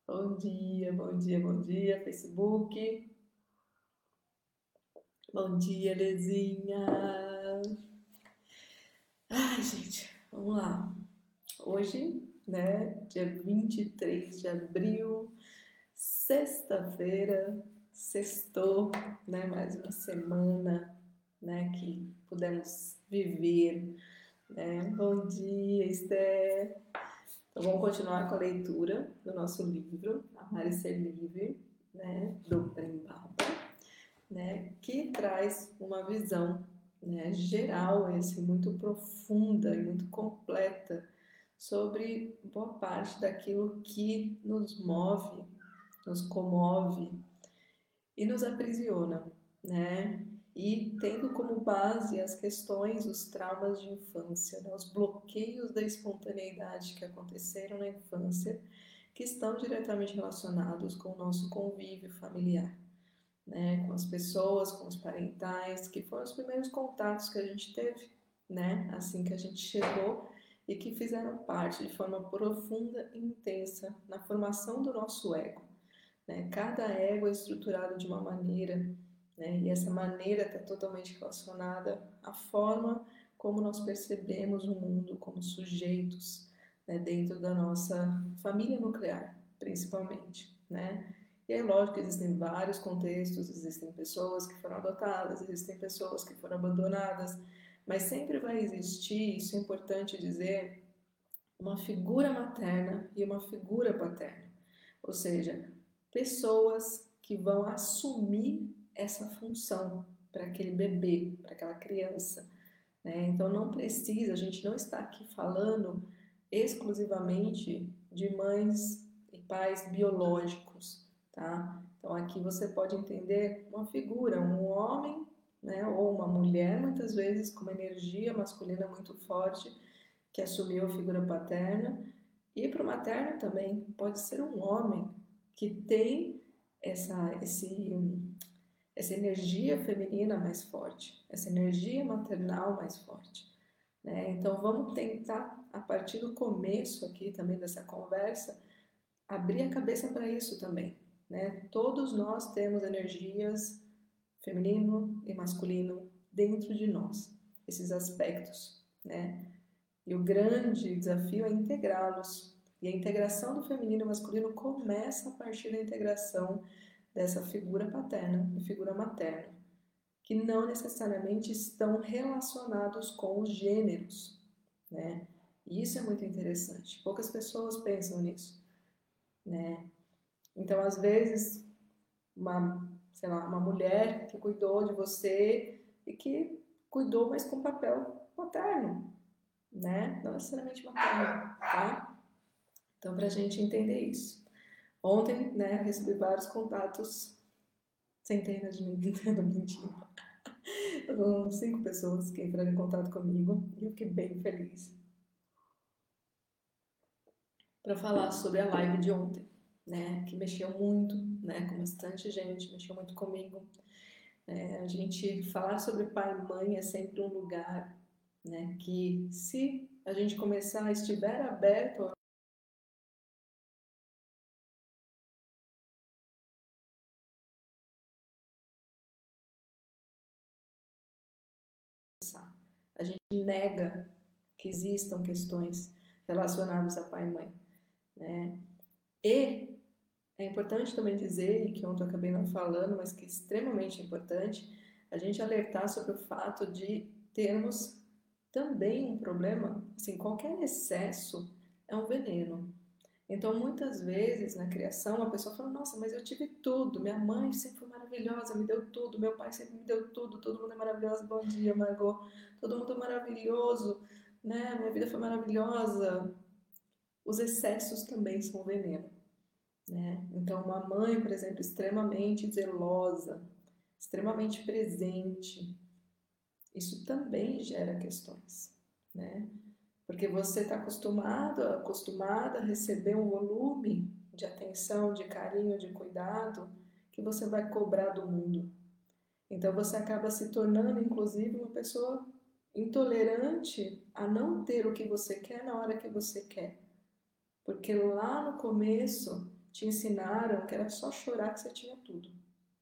Bom dia, bom dia, Facebook. Bom dia, Lezinha. Ai, gente, vamos lá. Hoje, né, dia 23 de abril, sexta-feira, sextou, né, mais uma semana, né, que pudemos viver, né? Bom dia, Esther. Então, vamos continuar com a leitura do nosso livro, Amar e Ser Livre, né, do Brembaba, né, que traz uma visão, né, geral, assim, muito profunda e muito completa sobre boa parte daquilo que nos move, nos comove e nos aprisiona, né? E tendo como base as questões, os traumas de infância, né? Os bloqueios da espontaneidade que aconteceram na infância, que estão diretamente relacionados com o nosso convívio familiar, né, com as pessoas, com os parentais, que foram os primeiros contatos que a gente teve, né, assim que a gente chegou e que fizeram parte de forma profunda e intensa na formação do nosso ego, né? Cada ego é estruturado de uma maneira, né, e essa maneira está totalmente relacionada à forma como nós percebemos o mundo como sujeitos, né, dentro da nossa família nuclear, principalmente, né? E é lógico que existem vários contextos, existem pessoas que foram adotadas, existem pessoas que foram abandonadas, mas sempre vai existir, isso é importante dizer, uma figura materna e uma figura paterna. Ou seja, pessoas que vão assumir essa função para aquele bebê, para aquela criança, né? Então não precisa, a gente não está aqui falando exclusivamente de mães e pais biológicos, tá? Então aqui você pode entender uma figura, um homem, né, ou uma mulher, muitas vezes com uma energia masculina muito forte, que assumiu a figura paterna, e para o materno também pode ser um homem que tem essa, esse, essa energia feminina mais forte, essa energia maternal mais forte, né? Então vamos tentar, a partir do começo aqui também dessa conversa, abrir a cabeça para isso também, né? Todos nós temos energias feminino e masculino dentro de nós, esses aspectos, né? E o grande desafio é integrá-los. E a integração do feminino e masculino começa a partir da integração dessa figura paterna e figura materna, que não necessariamente estão relacionados com os gêneros, né? E isso é muito interessante. Poucas pessoas pensam nisso, né? Então, às vezes, sei lá, uma mulher que cuidou de você e que cuidou, mas com papel paterno, né? Não necessariamente materno, tá? Então, para a gente entender isso. Ontem, né, recebi vários contatos, centenas de não, mentira. Foram 5 pessoas que entraram em contato comigo e eu fiquei bem feliz para falar sobre a live de ontem, né, que mexeu muito, né, com bastante gente, mexeu muito comigo. A gente falar sobre pai e mãe é sempre um lugar, né, que se a gente começar, estiver aberto, a gente nega que existam questões relacionadas a pai e mãe, né? E é importante também dizer, e que ontem eu acabei não falando, mas que é extremamente importante, a gente alertar sobre o fato de termos também um problema, assim, qualquer excesso é um veneno. Então, muitas vezes na criação, a pessoa fala: Nossa, mas eu tive tudo, minha mãe sempre foi maravilhosa, me deu tudo, meu pai sempre me deu tudo, todo mundo é maravilhoso, bom dia, Margot, todo mundo é maravilhoso, né? Minha vida foi maravilhosa. Os excessos também são veneno, né? Então, uma mãe, por exemplo, extremamente zelosa, extremamente presente, isso também gera questões, né? Porque você está acostumada a receber um volume de atenção, de carinho, de cuidado que você vai cobrar do mundo. Então você acaba se tornando, inclusive, uma pessoa intolerante a não ter o que você quer na hora que você quer. Porque lá no começo te ensinaram que era só chorar que você tinha tudo.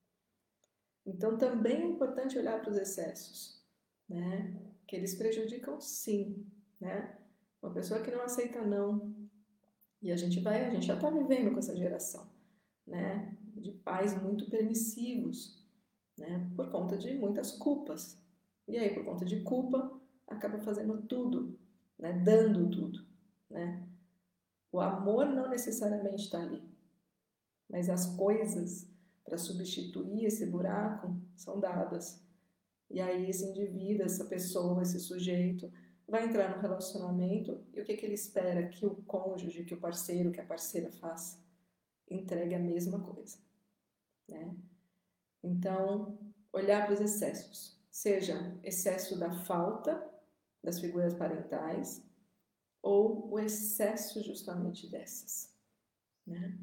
Então também é importante olhar para os excessos, né? Que eles prejudicam sim, né? Uma pessoa que não aceita não, e a gente já está vivendo com essa geração, né? De pais muito permissivos, né? Por conta de muitas culpas. E aí, por conta de culpa, acaba fazendo tudo, né? Dando tudo, né? O amor não necessariamente está ali, mas as coisas para substituir esse buraco são dadas. E aí esse indivíduo, essa pessoa, esse sujeito vai entrar no relacionamento e o que ele espera que o cônjuge, que o parceiro, que a parceira faça? Entregue a mesma coisa, né? Então, olhar para os excessos, seja excesso da falta das figuras parentais ou o excesso justamente dessas, né?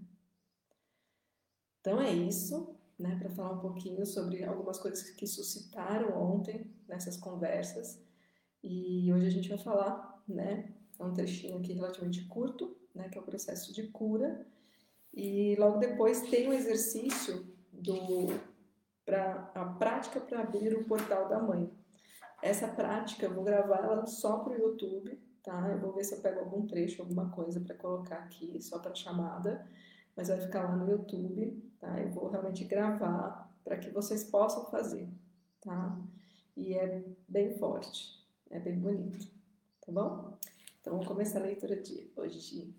Então é isso, né, para falar um pouquinho sobre algumas coisas que suscitaram ontem nessas conversas. E hoje a gente vai falar, né, é um trechinho aqui relativamente curto, né, que é o processo de cura. E logo depois tem um exercício para a prática para abrir o portal da mãe. Essa prática eu vou gravar ela só para o YouTube, tá? Eu vou ver se eu pego algum trecho, alguma coisa para colocar aqui só para chamada, mas vai ficar lá no YouTube, tá? Eu vou realmente gravar para que vocês possam fazer, tá? E é bem forte, é bem bonito, tá bom? Então vamos começar a leitura de hoje.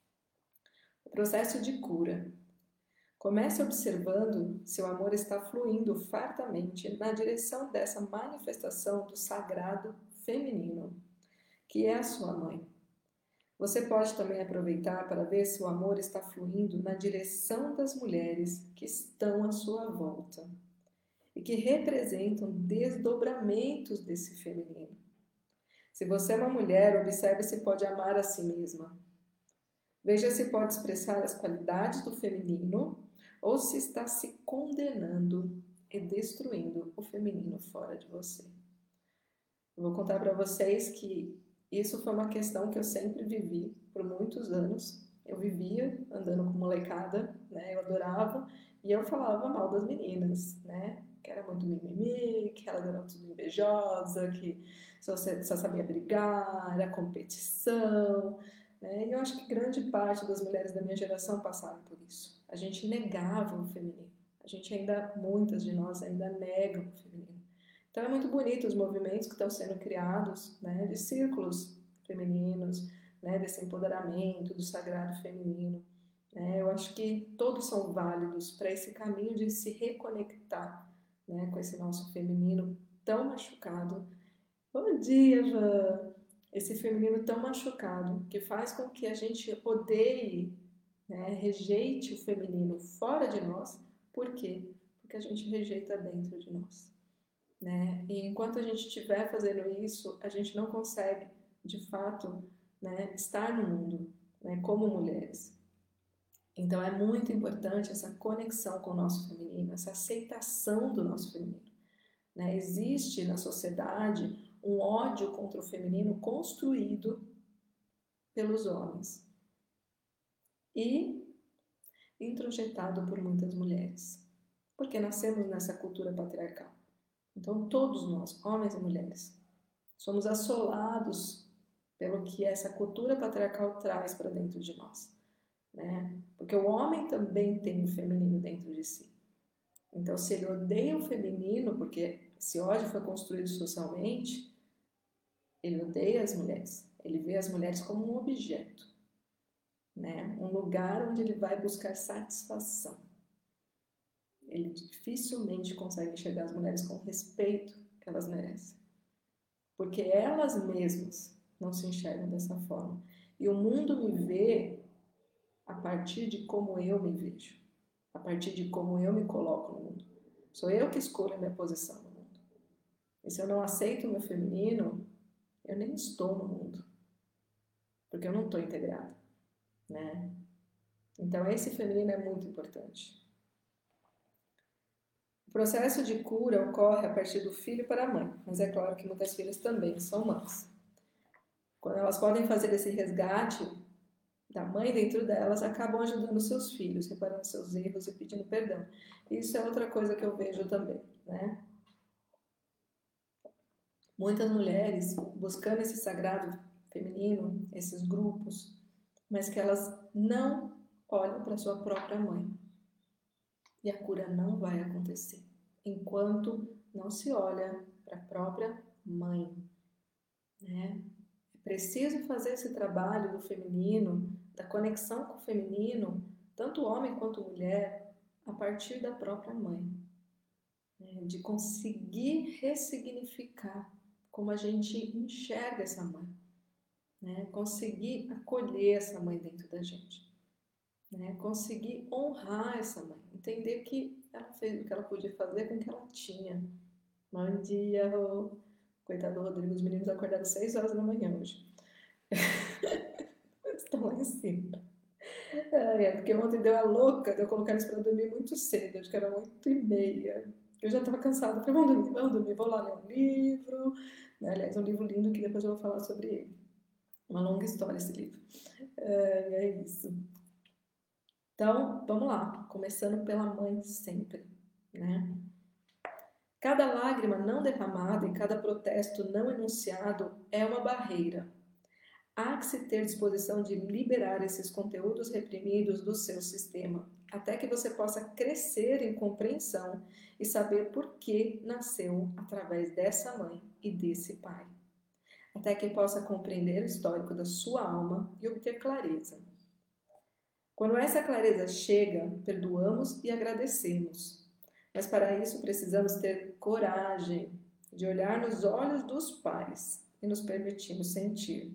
O processo de cura. Comece observando se o amor está fluindo fartamente na direção dessa manifestação do sagrado feminino, que é a sua mãe. Você pode também aproveitar para ver se o amor está fluindo na direção das mulheres que estão à sua volta e que representam desdobramentos desse feminino. Se você é uma mulher, observe se pode amar a si mesma. Veja se pode expressar as qualidades do feminino ou se está se condenando e destruindo o feminino fora de você. Eu vou contar para vocês que isso foi uma questão que eu sempre vivi por muitos anos. Eu vivia andando com molecada, né? Eu adorava e eu falava mal das meninas, né? Que era muito mimimi, que elas eram tudo invejosa, que só sabia brigar, era competição, né? E eu acho que grande parte das mulheres da minha geração passaram por isso. A gente negava o feminino. A gente ainda, muitas de nós ainda negam o feminino. Então é muito bonito os movimentos que estão sendo criados, né, de círculos femininos, né, desse empoderamento do sagrado feminino. Né? Eu acho que todos são válidos para esse caminho de se reconectar, né, com esse nosso feminino tão machucado. Bom dia, Van! Esse feminino tão machucado que faz com que a gente odeie, né, rejeite o feminino fora de nós. Por quê? Porque a gente rejeita dentro de nós. Né? E enquanto a gente estiver fazendo isso, a gente não consegue, de fato, né, estar no mundo, né, como mulheres. Então é muito importante essa conexão com o nosso feminino, essa aceitação do nosso feminino. Né? Existe na sociedade um ódio contra o feminino construído pelos homens e introjetado por muitas mulheres, porque nascemos nessa cultura patriarcal. Então, todos nós, homens e mulheres, somos assolados pelo que essa cultura patriarcal traz para dentro de nós, né? Porque o homem também tem o feminino dentro de si. Então, se ele odeia o feminino, porque esse ódio foi construído socialmente, ele odeia as mulheres. Ele vê as mulheres como um objeto, né? Um lugar onde ele vai buscar satisfação. Ele dificilmente consegue enxergar as mulheres com o respeito que elas merecem. Porque elas mesmas não se enxergam dessa forma. E o mundo me vê a partir de como eu me vejo, a partir de como eu me coloco no mundo. Sou eu que escolho a minha posição no mundo. E se eu não aceito o meu feminino, eu nem estou no mundo, porque eu não estou integrada, né? Então esse feminino é muito importante. O processo de cura ocorre a partir do filho para a mãe, mas é claro que muitas filhas também são mães. Quando elas podem fazer esse resgate, da mãe dentro delas acabam ajudando seus filhos, reparando seus erros e pedindo perdão. Isso é outra coisa que eu vejo também, né? Muitas mulheres buscando esse sagrado feminino, esses grupos, mas que elas não olham para sua própria mãe. E a cura não vai acontecer enquanto não se olha para a própria mãe, né? É preciso fazer esse trabalho do feminino, da conexão com o feminino, tanto homem quanto mulher, a partir da própria mãe, né? De conseguir ressignificar como a gente enxerga essa mãe, né? Conseguir acolher essa mãe dentro da gente, né? Conseguir honrar essa mãe, entender que ela fez o que ela podia fazer com o que ela tinha. Bom dia, coitado do Rodrigo, os meninos acordaram 6 horas da manhã hoje. Estão lá em cima. Porque ontem deu a louca de eu colocar eles para dormir muito cedo, acho que era 8h30. Eu já estava cansada, falei, vamos dormir, vou lá ler um livro, né? Aliás, um livro lindo que depois eu vou falar sobre ele. Uma longa história esse livro. É isso. Então, vamos lá, começando pela mãe sempre, né? Cada lágrima não derramada e cada protesto não enunciado é uma barreira. Há que se ter disposição de liberar esses conteúdos reprimidos do seu sistema, até que você possa crescer em compreensão e saber por que nasceu através dessa mãe e desse pai. Até que possa compreender o histórico da sua alma e obter clareza. Quando essa clareza chega, perdoamos e agradecemos. Mas para isso precisamos ter coragem de olhar nos olhos dos pais e nos permitirmos sentir.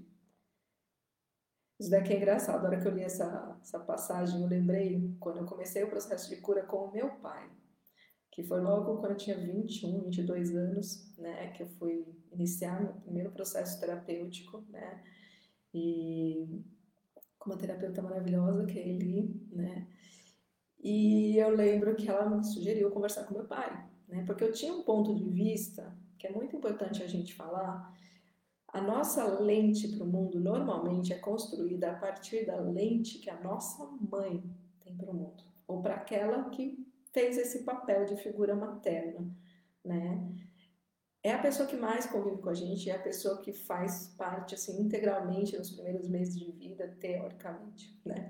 Isso daqui é engraçado. Na hora que eu li essa passagem, eu lembrei quando eu comecei o processo de cura com o meu pai, que foi logo quando eu tinha 21, 22 anos, né, que eu fui iniciar meu primeiro processo terapêutico, né, e com uma terapeuta maravilhosa, que é a Eli, né, e eu lembro que ela me sugeriu conversar com meu pai, né, porque eu tinha um ponto de vista que é muito importante a gente falar. A nossa lente para o mundo normalmente é construída a partir da lente que a nossa mãe tem para o mundo, ou para aquela que fez esse papel de figura materna, né? É a pessoa que mais convive com a gente, é a pessoa que faz parte assim integralmente nos primeiros meses de vida, teoricamente, né?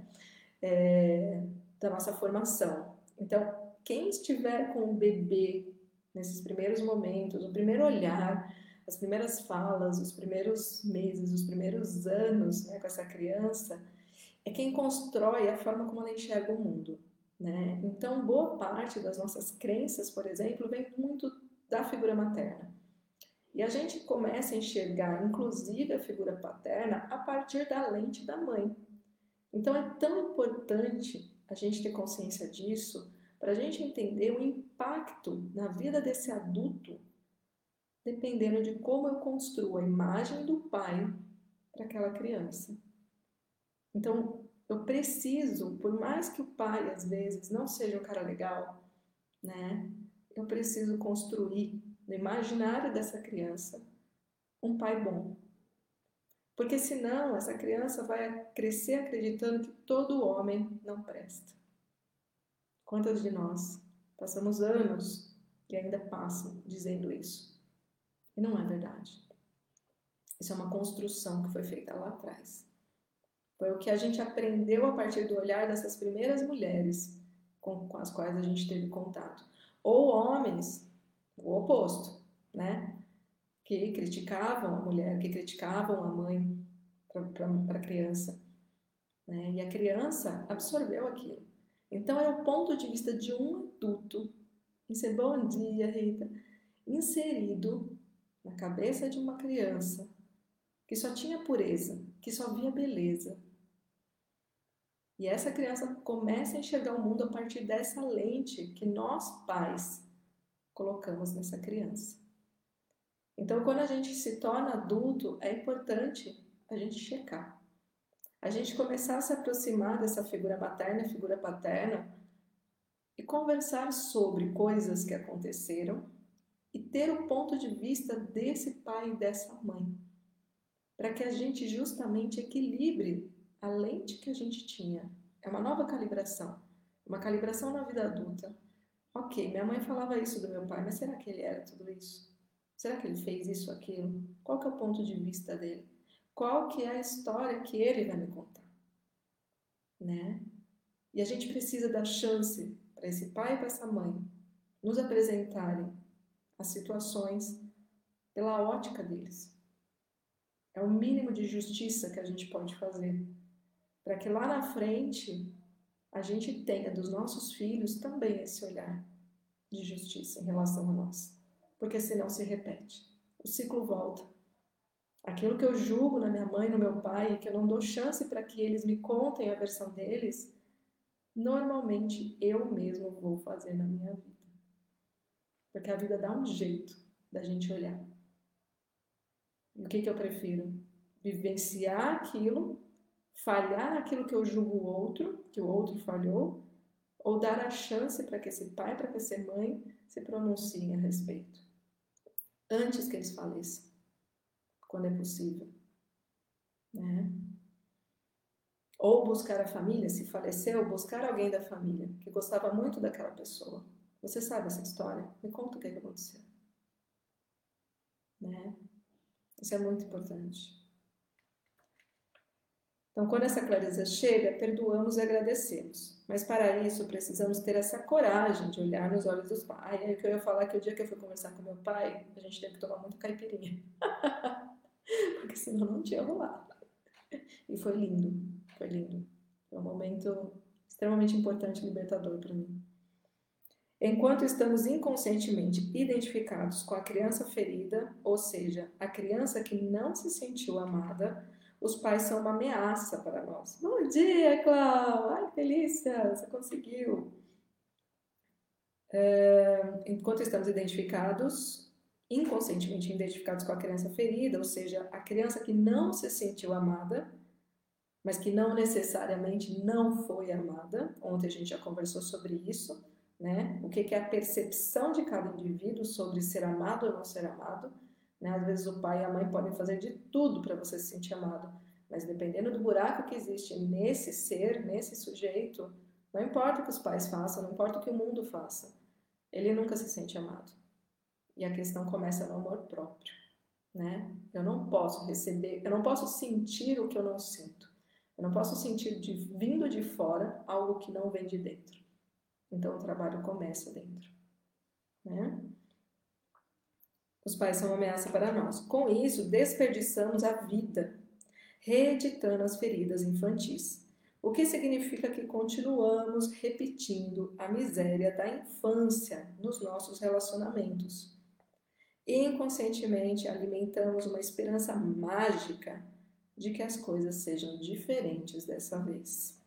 Da nossa formação. Então, quem estiver com o bebê nesses primeiros momentos, o primeiro olhar, as primeiras falas, os primeiros meses, os primeiros anos, né, com essa criança, é quem constrói a forma como ela enxerga o mundo, né? Então, boa parte das nossas crenças, por exemplo, vem muito da figura materna. E a gente começa a enxergar, inclusive, a figura paterna a partir da lente da mãe. Então, é tão importante a gente ter consciência disso para a gente entender o impacto na vida desse adulto, dependendo de como eu construo a imagem do pai para aquela criança. Então, eu preciso, por mais que o pai às vezes não seja um cara legal, né? Eu preciso construir no imaginário dessa criança um pai bom. Porque senão essa criança vai crescer acreditando que todo homem não presta. Quantas de nós passamos anos e ainda passam dizendo isso? E não é verdade. Isso é uma construção que foi feita lá atrás. Foi o que a gente aprendeu a partir do olhar dessas primeiras mulheres com as quais a gente teve contato. Ou homens, o oposto, né? Que criticavam a mulher, que criticavam a mãe para a criança. Né? E a criança absorveu aquilo. Então é o ponto de vista de um adulto, isso é bom dia, Rita, inserido na cabeça de uma criança que só tinha pureza, que só via beleza. E essa criança começa a enxergar o mundo a partir dessa lente que nós, pais, colocamos nessa criança. Então, quando a gente se torna adulto, é importante a gente checar. A gente começar a se aproximar dessa figura materna, figura paterna, e conversar sobre coisas que aconteceram e ter o ponto de vista desse pai e dessa mãe, para que a gente justamente equilibre a lente que a gente tinha. É uma nova calibração. Uma calibração na vida adulta. Ok, minha mãe falava isso do meu pai, mas será que ele era tudo isso? Será que ele fez isso, aquilo? Qual que é o ponto de vista dele? Qual que é a história que ele vai me contar? Né? E a gente precisa dar chance para esse pai e para essa mãe nos apresentarem as situações pela ótica deles. É o mínimo de justiça que a gente pode fazer, para que lá na frente a gente tenha dos nossos filhos também esse olhar de justiça em relação a nós. Porque senão se repete. O ciclo volta. Aquilo que eu julgo na minha mãe, no meu pai, e que eu não dou chance para que eles me contem a versão deles, normalmente eu mesmo vou fazer na minha vida. Porque a vida dá um jeito da gente olhar. E o que eu prefiro? Vivenciar aquilo, falhar naquilo que eu julgo o outro, que o outro falhou, ou dar a chance para que esse pai, para que essa mãe se pronunciem a respeito. Antes que eles faleçam, quando é possível. Né? Ou buscar a família, se faleceu, buscar alguém da família que gostava muito daquela pessoa. Você sabe essa história? Me conta o que aconteceu. Né? Isso é muito importante. Então, quando essa clareza chega, perdoamos e agradecemos. Mas para isso, precisamos ter essa coragem de olhar nos olhos dos pais. Aí que eu ia falar que o dia que eu fui conversar com meu pai, a gente teve que tomar muito caipirinha. Porque senão não tinha rolado. E foi lindo, foi lindo. Foi um momento extremamente importante e libertador para mim. Enquanto estamos inconscientemente identificados com a criança ferida, ou seja, a criança que não se sentiu amada, os pais são uma ameaça para nós. Bom dia, Clau! Ai, que delícia! Você conseguiu! Enquanto estamos inconscientemente identificados com a criança ferida, ou seja, a criança que não se sentiu amada, mas que não necessariamente não foi amada. Ontem a gente já conversou sobre isso, né? O que é a percepção de cada indivíduo sobre ser amado ou não ser amado. Né? Às vezes o pai e a mãe podem fazer de tudo para você se sentir amado, mas dependendo do buraco que existe nesse ser, nesse sujeito, não importa o que os pais façam, não importa o que o mundo faça, ele nunca se sente amado. E a questão começa no amor próprio, né? Eu não posso receber, eu não posso sentir o que eu não sinto. Eu não posso sentir vindo de fora algo que não vem de dentro. Então o trabalho começa dentro. Né? Os pais são uma ameaça para nós. Com isso, desperdiçamos a vida, reeditando as feridas infantis. O que significa que continuamos repetindo a miséria da infância nos nossos relacionamentos. Inconscientemente alimentamos uma esperança mágica de que as coisas sejam diferentes dessa vez.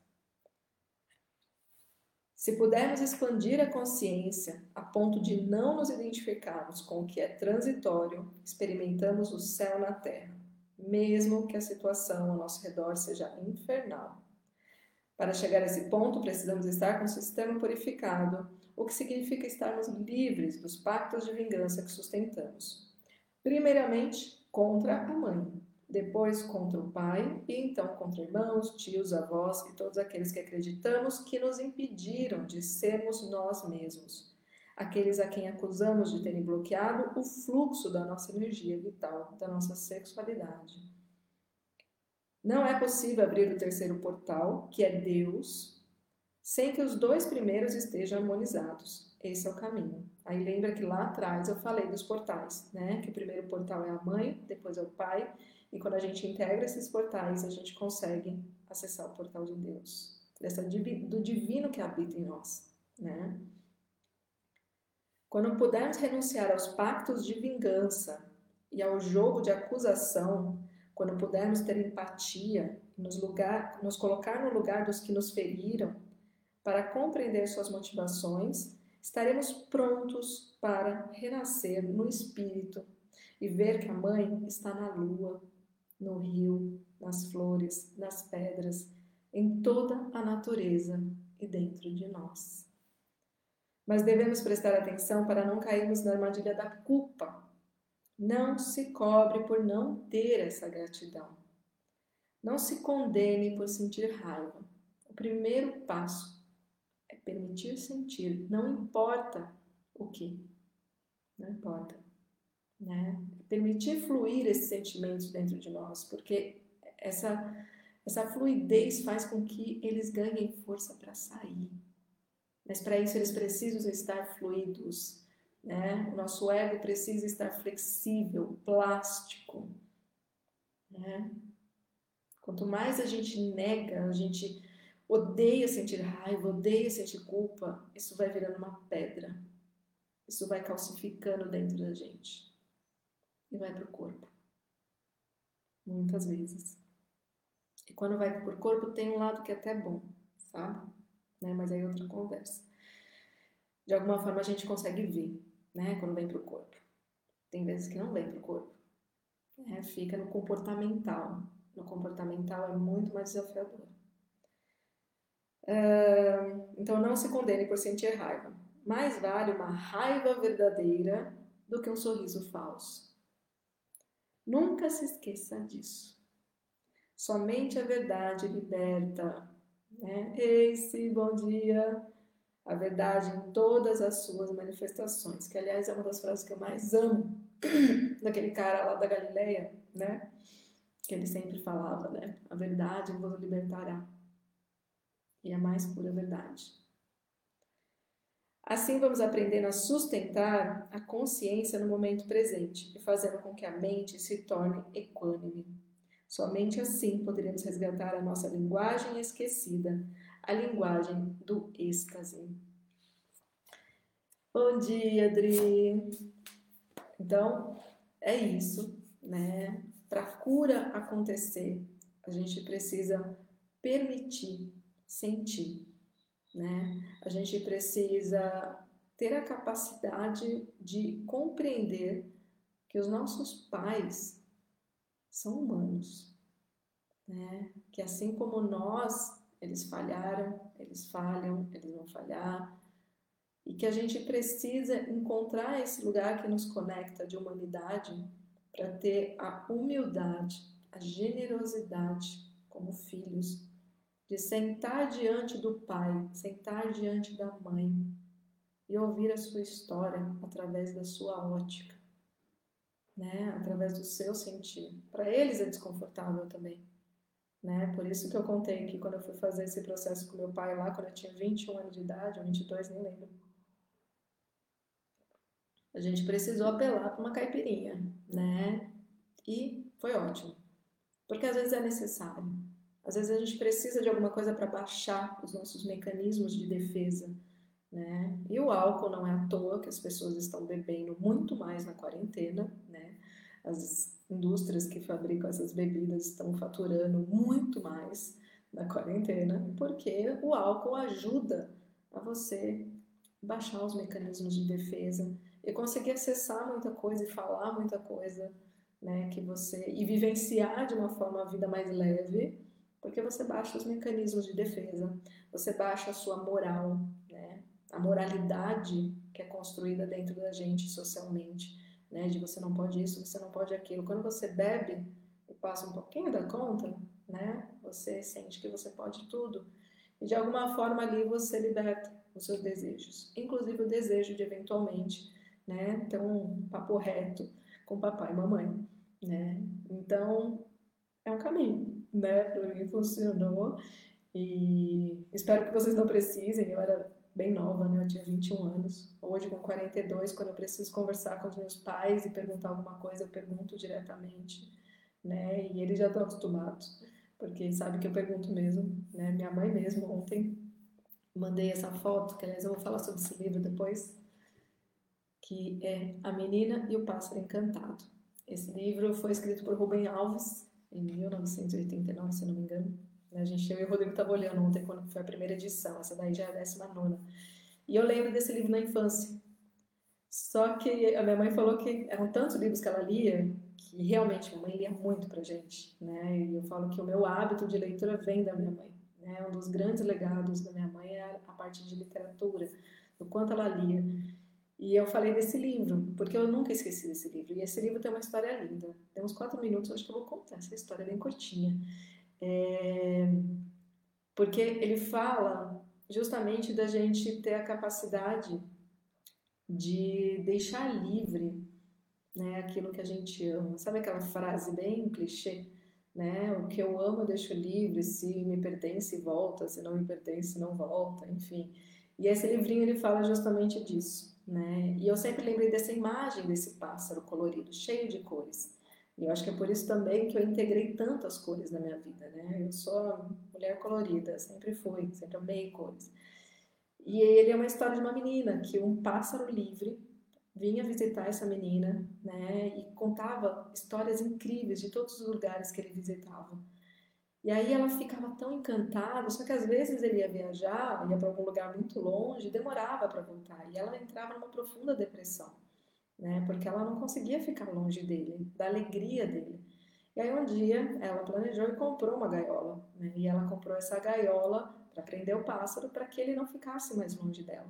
Se pudermos expandir a consciência a ponto de não nos identificarmos com o que é transitório, experimentamos o céu na terra, mesmo que a situação ao nosso redor seja infernal. Para chegar a esse ponto, precisamos estar com o sistema purificado, o que significa estarmos livres dos pactos de vingança que sustentamos. Primeiramente, contra a mãe, depois contra o pai e então contra irmãos, tios, avós e todos aqueles que acreditamos que nos impediram de sermos nós mesmos. Aqueles a quem acusamos de terem bloqueado o fluxo da nossa energia vital, da nossa sexualidade. Não é possível abrir o terceiro portal, que é Deus, sem que os dois primeiros estejam harmonizados. Esse é o caminho. Aí lembra que lá atrás eu falei dos portais, né? Que o primeiro portal é a mãe, depois é o pai, e quando a gente integra esses portais, a gente consegue acessar o portal de Deus, do divino que habita em nós, né? Quando pudermos renunciar aos pactos de vingança e ao jogo de acusação, quando pudermos ter empatia, nos colocar no lugar dos que nos feriram, para compreender suas motivações, estaremos prontos para renascer no espírito e ver que a mãe está na lua, no rio, nas flores, nas pedras, em toda a natureza e dentro de nós. Mas devemos prestar atenção para não cairmos na armadilha da culpa. Não se cobre por não ter essa gratidão. Não se condene por sentir raiva. O primeiro passo é permitir sentir, não importa o que, não importa, né? Permitir fluir esses sentimentos dentro de nós, porque essa fluidez faz com que eles ganhem força para sair. Mas para isso eles precisam estar fluidos, né? O nosso ego precisa estar flexível, plástico, né? Quanto mais a gente nega, a gente odeia sentir raiva, odeia sentir culpa, isso vai virando uma pedra. Isso vai calcificando dentro da gente e vai para o corpo, muitas vezes. E quando vai para o corpo tem um lado que é até bom, sabe? Né? Mas aí é outra conversa. De alguma forma a gente consegue ver, né? Quando vem para o corpo. Tem vezes que não vem para o corpo. Fica no comportamental. No comportamental é muito mais desafiador. Então não se condene por sentir raiva. Mais vale uma raiva verdadeira do que um sorriso falso. Nunca se esqueça disso. Somente a verdade liberta. Né? Ace, bom dia. A verdade em todas as suas manifestações, que aliás é uma das frases que eu mais amo daquele cara lá da Galileia, né? Que ele sempre falava, né? A verdade vos libertará. E a mais pura verdade. Assim vamos aprendendo a sustentar a consciência no momento presente e fazendo com que a mente se torne equânime. Somente assim poderemos resgatar a nossa linguagem esquecida, a linguagem do êxtase. Bom dia, Adri! Então, é isso, né? Para a cura acontecer, a gente precisa permitir, sentir, né? A gente precisa ter a capacidade de compreender que os nossos pais são humanos, né? Que assim como nós, eles falharam, eles falham, eles vão falhar, e que a gente precisa encontrar esse lugar que nos conecta de humanidade para ter a humildade, a generosidade como filhos, de sentar diante do pai, sentar diante da mãe e ouvir a sua história através da sua ótica, né? Através do seu sentir. Para eles é desconfortável também, né? Por isso que eu contei que quando eu fui fazer esse processo com meu pai lá, quando eu tinha 21 anos de idade, ou 22, nem lembro, a gente precisou apelar para uma caipirinha, né? E foi ótimo, porque às vezes é necessário. Às vezes a gente precisa de alguma coisa para baixar os nossos mecanismos de defesa, né? E o álcool não é à toa que as pessoas estão bebendo muito mais na quarentena, né? As indústrias que fabricam essas bebidas estão faturando muito mais na quarentena, porque o álcool ajuda a você baixar os mecanismos de defesa e conseguir acessar muita coisa e falar muita coisa, né, que você e vivenciar de uma forma a vida mais leve, porque você baixa os mecanismos de defesa, você baixa a sua moral, né, a moralidade que é construída dentro da gente socialmente, né, de você não pode isso, você não pode aquilo. Quando você bebe e passa um pouquinho da conta, né, você sente que você pode tudo e de alguma forma ali você liberta os seus desejos, inclusive o desejo de eventualmente, né, ter um papo reto com papai e mamãe, né? Então é um caminho, né? Para mim funcionou e espero que vocês não precisem. Eu era bem nova, né? Eu tinha 21 anos. Hoje, com 42, quando eu preciso conversar com os meus pais e perguntar alguma coisa, eu pergunto diretamente, né? E eles já estão acostumados, porque sabe que eu pergunto mesmo, né? Minha mãe mesmo ontem mandei essa foto, que aliás eu vou falar sobre esse livro depois, que é A Menina e o Pássaro Encantado. Esse livro foi escrito por Rubem Alves em 1989, se não me engano. A gente, eu e o Rodrigo estava olhando ontem quando foi a primeira edição, essa daí já é a 19ª. E eu lembro desse livro na infância. Só que a minha mãe falou que eram tantos livros que ela lia que realmente minha mãe lia muito pra gente, né? E eu falo que o meu hábito de leitura vem da minha mãe, né? Um dos grandes legados da minha mãe é a parte de literatura, do quanto ela lia. E eu falei desse livro, porque eu nunca esqueci desse livro. E esse livro tem uma história linda. Tem uns 4 minutos, acho que eu vou contar essa história bem curtinha. Porque ele fala justamente da gente ter a capacidade de deixar livre, né, aquilo que a gente ama. Sabe aquela frase bem clichê, né? O que eu amo eu deixo livre, se me pertence volta, se não me pertence não volta, enfim. E esse livrinho ele fala justamente disso, né? E eu sempre lembrei dessa imagem desse pássaro colorido, cheio de cores. E eu acho que é por isso também que eu integrei tantas cores na minha vida, né? Eu sou mulher colorida, sempre fui, sempre amei cores. E ele é uma história de uma menina que um pássaro livre vinha visitar essa menina, né, e contava histórias incríveis de todos os lugares que ele visitava. E aí ela ficava tão encantada, só que às vezes ele ia viajar, ia para algum lugar muito longe, demorava para voltar, e ela entrava numa profunda depressão, né, porque ela não conseguia ficar longe dele, da alegria dele. E aí um dia ela planejou e comprou uma gaiola, né, e ela comprou essa gaiola para prender o pássaro para que ele não ficasse mais longe dela.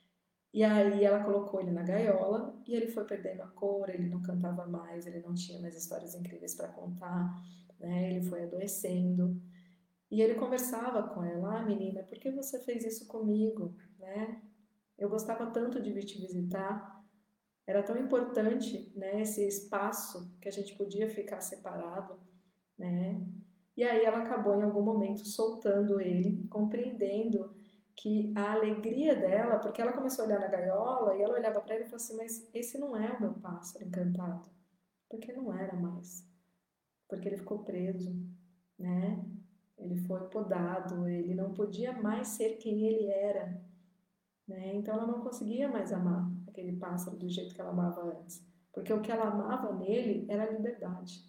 E aí ela colocou ele na gaiola e ele foi perdendo a cor, ele não cantava mais, ele não tinha mais histórias incríveis para contar, né? Ele foi adoecendo. E ele conversava com ela: "Ah, menina, por que você fez isso comigo, né? Eu gostava tanto de vir te visitar, era tão importante, né, esse espaço que a gente podia ficar separado, né?" E aí ela acabou em algum momento soltando ele, compreendendo que a alegria dela, porque ela começou a olhar na gaiola e ela olhava para ele e falou assim: "Mas esse não é o meu pássaro encantado", porque não era mais, porque ele ficou preso, né? Ele foi podado, ele não podia mais ser quem ele era, né? Então ela não conseguia mais amar aquele pássaro do jeito que ela amava antes, porque o que ela amava nele era a liberdade.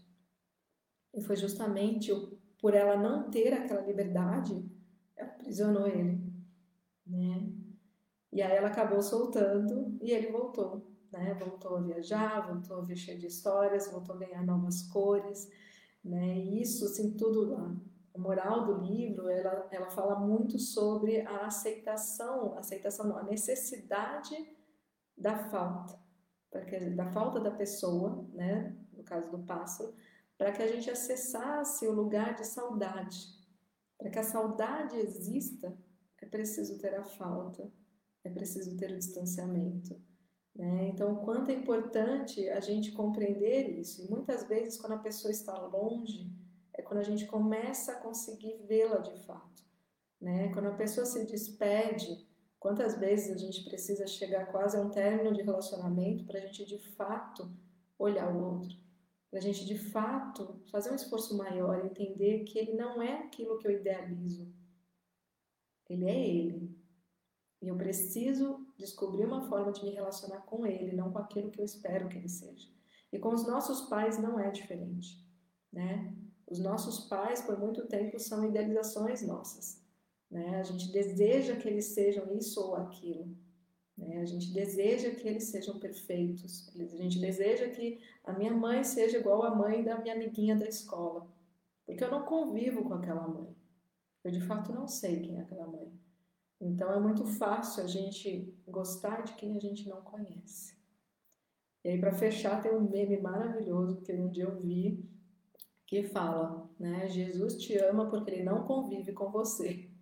E foi justamente por ela não ter aquela liberdade, ela aprisionou ele, né? E aí ela acabou soltando e ele voltou, né? Voltou a viajar, voltou a ver cheio de histórias, voltou a ganhar novas cores, né? E isso, assim, tudo lá. A moral do livro, ela fala muito sobre a aceitação não, a necessidade da falta, da falta da pessoa, né? No caso do pássaro, para que a gente acessasse o lugar de saudade. Para que a saudade exista, é preciso ter a falta, é preciso ter o distanciamento, né? Então, o quanto é importante a gente compreender isso. E muitas vezes, quando a pessoa está longe, é quando a gente começa a conseguir vê-la de fato, né? Quando a pessoa se despede, quantas vezes a gente precisa chegar quase a um término de relacionamento para a gente de fato olhar o outro, para a gente de fato fazer um esforço maior, entender que ele não é aquilo que eu idealizo, ele é ele. E eu preciso descobrir uma forma de me relacionar com ele, não com aquilo que eu espero que ele seja. E com os nossos pais não é diferente, né? Os nossos pais, por muito tempo, são idealizações nossas, né? A gente deseja que eles sejam isso ou aquilo, né? A gente deseja que eles sejam perfeitos. A gente deseja que a minha mãe seja igual à mãe da minha amiguinha da escola, porque eu não convivo com aquela mãe. Eu de fato não sei quem é aquela mãe. Então é muito fácil a gente gostar de quem a gente não conhece. E aí, para fechar, tem um meme maravilhoso que um dia eu vi que fala, né? Jesus te ama porque ele não convive com você.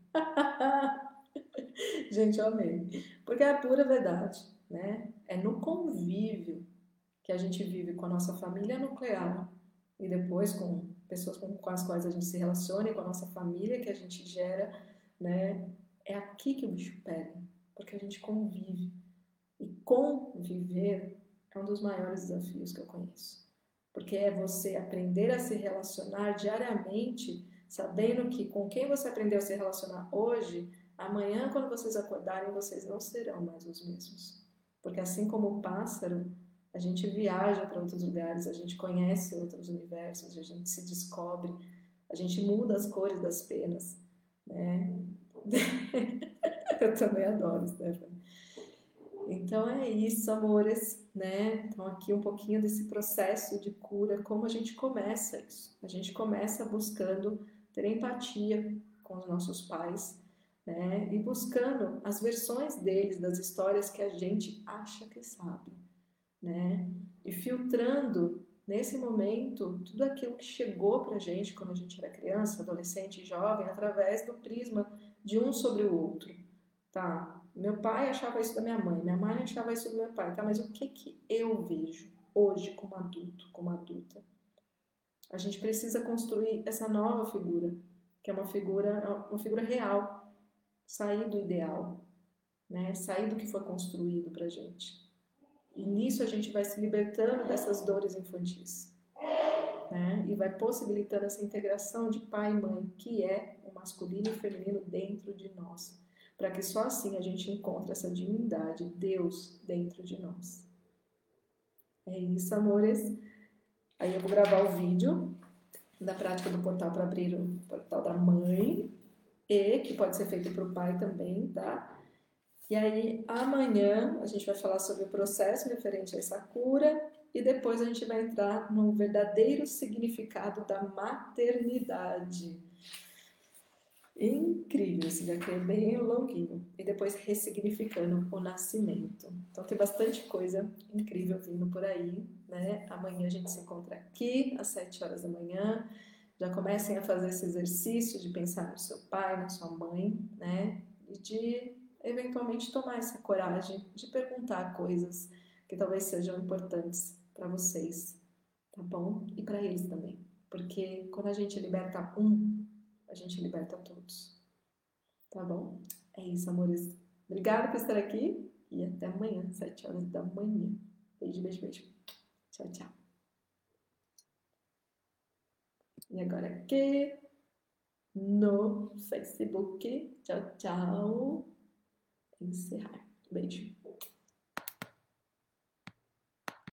Gente, eu amei. Porque é a pura verdade, né? É no convívio que a gente vive com a nossa família nuclear e depois com pessoas com as quais a gente se relaciona e com a nossa família que a gente gera, né? É aqui que o bicho pega, porque a gente convive. E conviver é um dos maiores desafios que eu conheço. Porque é você aprender a se relacionar diariamente, sabendo que com quem você aprendeu a se relacionar hoje, amanhã, quando vocês acordarem, vocês não serão mais os mesmos. Porque assim como o pássaro, a gente viaja para outros lugares, a gente conhece outros universos, a gente se descobre, a gente muda as cores das penas, né? Eu também adoro, Stephanie. Então é isso, amores, né? Então aqui um pouquinho desse processo de cura, como a gente começa isso. A gente começa buscando ter empatia com os nossos pais, né? E buscando as versões deles das histórias que a gente acha que sabe, né? E filtrando Nesse momento, tudo aquilo que chegou pra gente quando a gente era criança, adolescente, jovem, através do prisma de um sobre o outro, tá? Meu pai achava isso da minha mãe achava isso do meu pai, tá? Mas o que que eu vejo hoje como adulto, como adulta? A gente precisa construir essa nova figura, que é uma figura real, sair do ideal, né? Sair do que foi construído pra gente. E nisso a gente vai se libertando dessas dores infantis, né? E vai possibilitando essa integração de pai e mãe, que é o masculino e o feminino dentro de nós, para que só assim a gente encontre essa divindade, Deus dentro de nós. É isso, amores. Aí eu vou gravar o vídeo da prática do portal para abrir o portal da mãe, e que pode ser feito para o pai também, tá? E aí, amanhã, a gente vai falar sobre o processo referente a essa cura e depois a gente vai entrar no verdadeiro significado da maternidade. Incrível, esse daqui é bem longuinho. E depois ressignificando o nascimento. Então tem bastante coisa incrível vindo por aí, né? Amanhã a gente se encontra aqui às 7 horas da manhã. Já comecem a fazer esse exercício de pensar no seu pai, na sua mãe, né? E de eventualmente tomar essa coragem de perguntar coisas que talvez sejam importantes para vocês, tá bom? E para eles também. Porque quando a gente liberta um, a gente liberta todos, tá bom? É isso, amores. Obrigada por estar aqui e até amanhã, 7 horas da manhã. Beijo, beijo, beijo. Tchau, tchau. E agora aqui no Facebook. Tchau, tchau. Encerrar. Beijo.